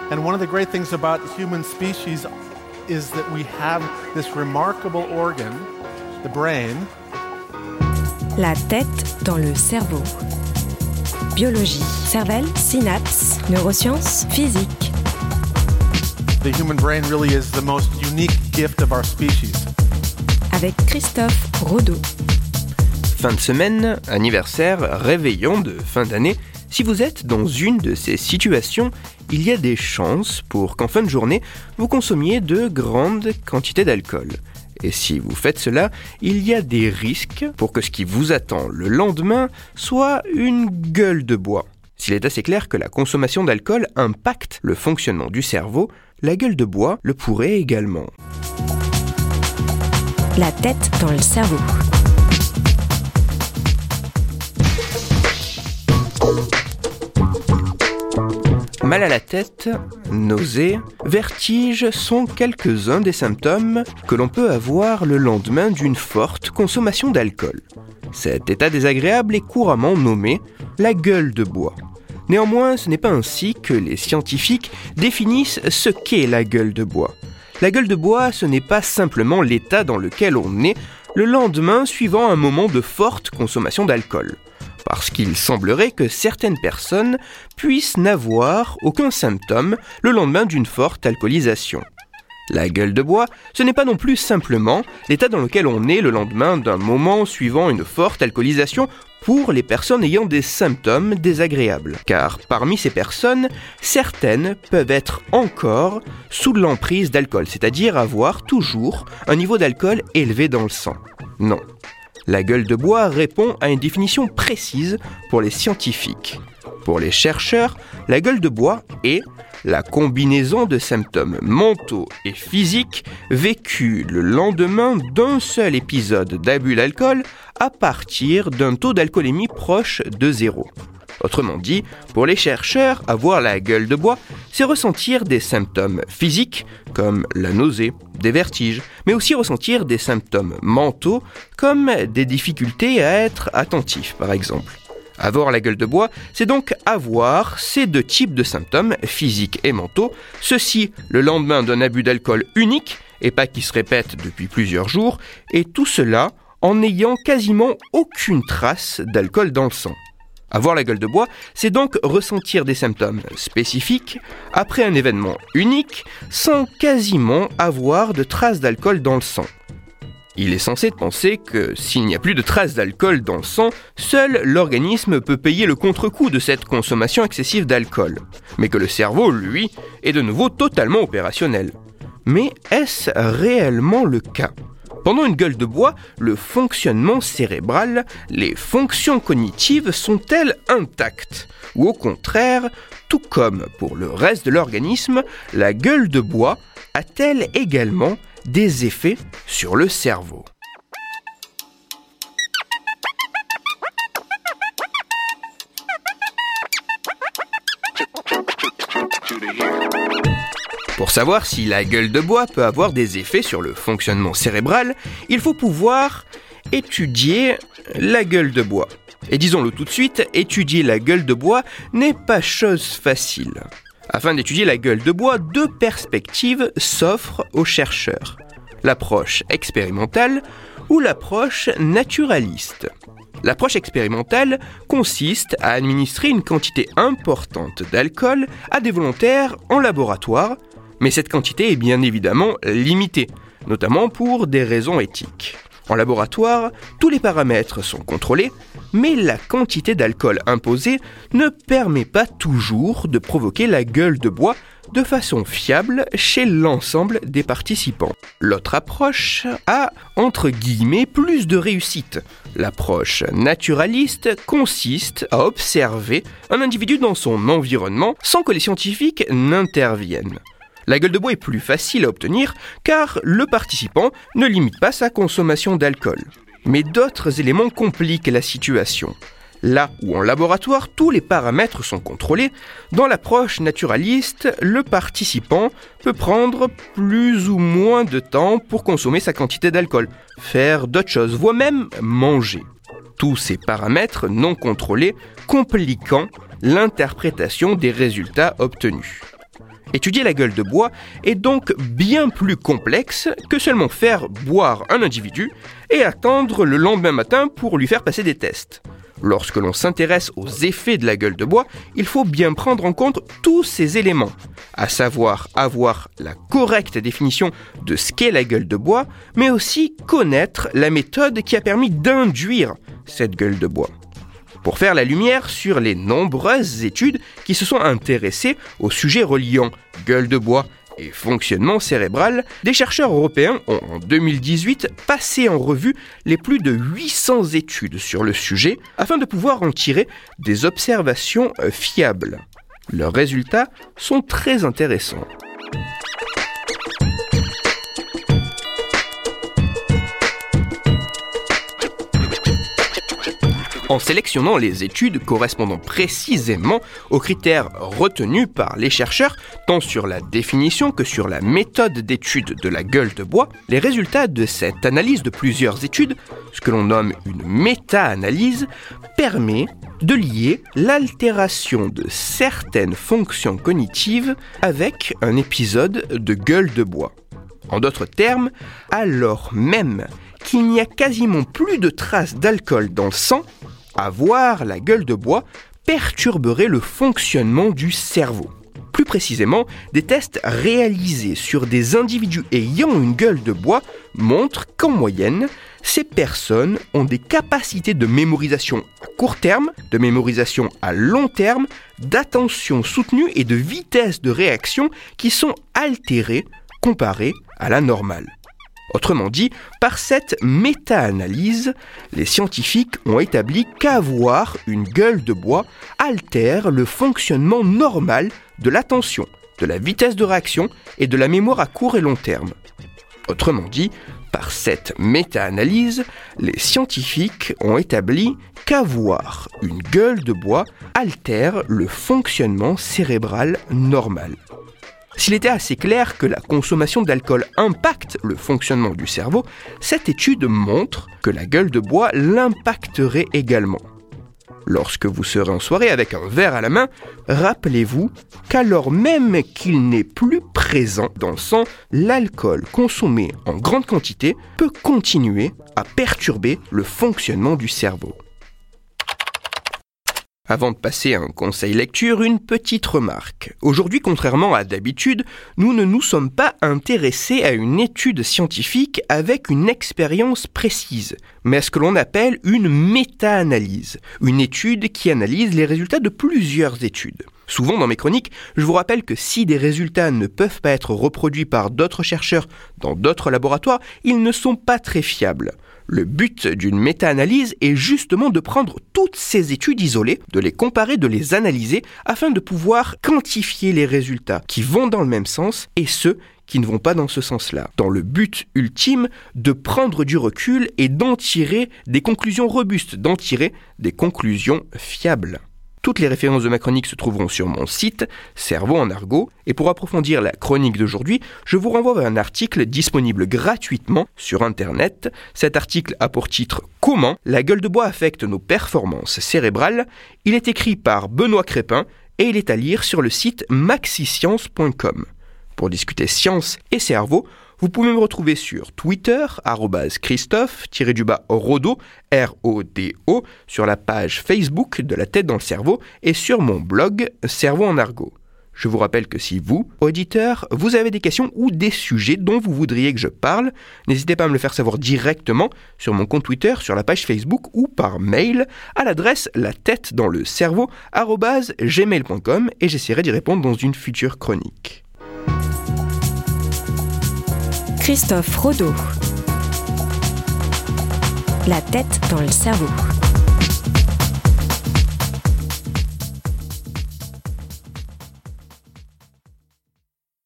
And one of the great things about human species is that we have this remarkable organ, the brain. La tête dans le cerveau. Biologie, cervelle, synapses, neurosciences, physique. The human brain really is the most unique gift of our species. Avec Christophe Rodeau. Fin de semaine, anniversaire, réveillon de fin d'année. Si vous êtes dans une de ces situations, il y a des chances pour qu'en fin de journée, vous consommiez de grandes quantités d'alcool. Et si vous faites cela, il y a des risques pour que ce qui vous attend le lendemain soit une gueule de bois. S'il est assez clair que la consommation d'alcool impacte le fonctionnement du cerveau, la gueule de bois le pourrait également. La tête dans le cerveau. Mal à la tête, nausées, vertiges sont quelques-uns des symptômes que l'on peut avoir le lendemain d'une forte consommation d'alcool. Cet état désagréable est couramment nommé la gueule de bois. Néanmoins, ce n'est pas ainsi que les scientifiques définissent ce qu'est la gueule de bois. La gueule de bois, ce n'est pas simplement l'état dans lequel on est le lendemain suivant un moment de forte consommation d'alcool. Parce qu'il semblerait que certaines personnes puissent n'avoir aucun symptôme le lendemain d'une forte alcoolisation. La gueule de bois, ce n'est pas non plus simplement l'état dans lequel on est le lendemain d'un moment suivant une forte alcoolisation pour les personnes ayant des symptômes désagréables. Car parmi ces personnes, certaines peuvent être encore sous l'emprise d'alcool, c'est-à-dire avoir toujours un niveau d'alcool élevé dans le sang. Non. La gueule de bois répond à une définition précise pour les scientifiques. Pour les chercheurs, la gueule de bois est la combinaison de symptômes mentaux et physiques vécus le lendemain d'un seul épisode d'abus d'alcool à partir d'un taux d'alcoolémie proche de 0. Autrement dit, pour les chercheurs, avoir la gueule de bois, c'est ressentir des symptômes physiques, comme la nausée, des vertiges, mais aussi ressentir des symptômes mentaux, comme des difficultés à être attentif, par exemple. Avoir la gueule de bois, c'est donc avoir ces deux types de symptômes, physiques et mentaux, ceci le lendemain d'un abus d'alcool unique, et pas qui se répète depuis plusieurs jours, et tout cela en n'ayant quasiment aucune trace d'alcool dans le sang. Avoir la gueule de bois, c'est donc ressentir des symptômes spécifiques après un événement unique sans quasiment avoir de traces d'alcool dans le sang. Il est censé penser que s'il n'y a plus de traces d'alcool dans le sang, seul l'organisme peut payer le contre-coup de cette consommation excessive d'alcool. Mais que le cerveau, lui, est de nouveau totalement opérationnel. Mais est-ce réellement le cas ? Pendant une gueule de bois, le fonctionnement cérébral, les fonctions cognitives sont-elles intactes ? Ou au contraire, tout comme pour le reste de l'organisme, la gueule de bois a-t-elle également des effets sur le cerveau ? Pour savoir si la gueule de bois peut avoir des effets sur le fonctionnement cérébral, il faut pouvoir étudier la gueule de bois. Et disons-le tout de suite, étudier la gueule de bois n'est pas chose facile. Afin d'étudier la gueule de bois, deux perspectives s'offrent aux chercheurs. L'approche expérimentale ou l'approche naturaliste. L'approche expérimentale consiste à administrer une quantité importante d'alcool à des volontaires en laboratoire, mais cette quantité est bien évidemment limitée, notamment pour des raisons éthiques. En laboratoire, tous les paramètres sont contrôlés, mais la quantité d'alcool imposée ne permet pas toujours de provoquer la gueule de bois de façon fiable chez l'ensemble des participants. L'autre approche a, entre guillemets, plus de réussite. L'approche naturaliste consiste à observer un individu dans son environnement sans que les scientifiques n'interviennent. La gueule de bois est plus facile à obtenir car le participant ne limite pas sa consommation d'alcool. Mais d'autres éléments compliquent la situation. Là où en laboratoire tous les paramètres sont contrôlés, dans l'approche naturaliste, le participant peut prendre plus ou moins de temps pour consommer sa quantité d'alcool, faire d'autres choses, voire même manger. Tous ces paramètres non contrôlés compliquant l'interprétation des résultats obtenus. Étudier la gueule de bois est donc bien plus complexe que seulement faire boire un individu et attendre le lendemain matin pour lui faire passer des tests. Lorsque l'on s'intéresse aux effets de la gueule de bois, il faut bien prendre en compte tous ces éléments, à savoir avoir la correcte définition de ce qu'est la gueule de bois, mais aussi connaître la méthode qui a permis d'induire cette gueule de bois. Pour faire la lumière sur les nombreuses études qui se sont intéressées au sujet reliant gueule de bois et fonctionnement cérébral, des chercheurs européens ont en 2018 passé en revue les plus de 800 études sur le sujet afin de pouvoir en tirer des observations fiables. Leurs résultats sont très intéressants. En sélectionnant les études correspondant précisément aux critères retenus par les chercheurs, tant sur la définition que sur la méthode d'étude de la gueule de bois, les résultats de cette analyse de plusieurs études, ce que l'on nomme une méta-analyse, permet de lier l'altération de certaines fonctions cognitives avec un épisode de gueule de bois. En d'autres termes, alors même qu'il n'y a quasiment plus de traces d'alcool dans le sang, avoir la gueule de bois perturberait le fonctionnement du cerveau. Plus précisément, des tests réalisés sur des individus ayant une gueule de bois montrent qu'en moyenne, ces personnes ont des capacités de mémorisation à court terme, de mémorisation à long terme, d'attention soutenue et de vitesse de réaction qui sont altérées comparées à la normale. Autrement dit, par cette méta-analyse, les scientifiques ont établi qu'avoir une gueule de bois altère le fonctionnement normal de l'attention, de la vitesse de réaction et de la mémoire à court et long terme. Autrement dit, par cette méta-analyse, les scientifiques ont établi qu'avoir une gueule de bois altère le fonctionnement cérébral normal. S'il était assez clair que la consommation d'alcool impacte le fonctionnement du cerveau, cette étude montre que la gueule de bois l'impacterait également. Lorsque vous serez en soirée avec un verre à la main, rappelez-vous qu'alors même qu'il n'est plus présent dans le sang, l'alcool consommé en grande quantité peut continuer à perturber le fonctionnement du cerveau. Avant de passer à un conseil lecture, une petite remarque. Aujourd'hui, contrairement à d'habitude, nous ne nous sommes pas intéressés à une étude scientifique avec une expérience précise, mais à ce que l'on appelle une méta-analyse, une étude qui analyse les résultats de plusieurs études. Souvent dans mes chroniques, je vous rappelle que si des résultats ne peuvent pas être reproduits par d'autres chercheurs dans d'autres laboratoires, ils ne sont pas très fiables. Le but d'une méta-analyse est justement de prendre toutes ces études isolées, de les comparer, de les analyser, afin de pouvoir quantifier les résultats qui vont dans le même sens et ceux qui ne vont pas dans ce sens-là, dans le but ultime de prendre du recul et d'en tirer des conclusions robustes, d'en tirer des conclusions fiables. Toutes les références de ma chronique se trouveront sur mon site, Cerveau en argot, et pour approfondir la chronique d'aujourd'hui, je vous renvoie vers un article disponible gratuitement sur Internet. Cet article a pour titre « Comment la gueule de bois affecte nos performances cérébrales ». Il est écrit par Benoît Crépin et il est à lire sur le site maxiscience.com. Pour discuter science et cerveau, vous pouvez me retrouver sur Twitter, @Christophe_Rodo, R-O-D-O, sur la page Facebook de La Tête dans le Cerveau et sur mon blog Cerveau en argot. Je vous rappelle que si vous, auditeurs, vous avez des questions ou des sujets dont vous voudriez que je parle, n'hésitez pas à me le faire savoir directement sur mon compte Twitter, sur la page Facebook ou par mail à l'adresse latettedanslecerveau@gmail.com et j'essaierai d'y répondre dans une future chronique. Christophe Rodo. La tête dans le cerveau.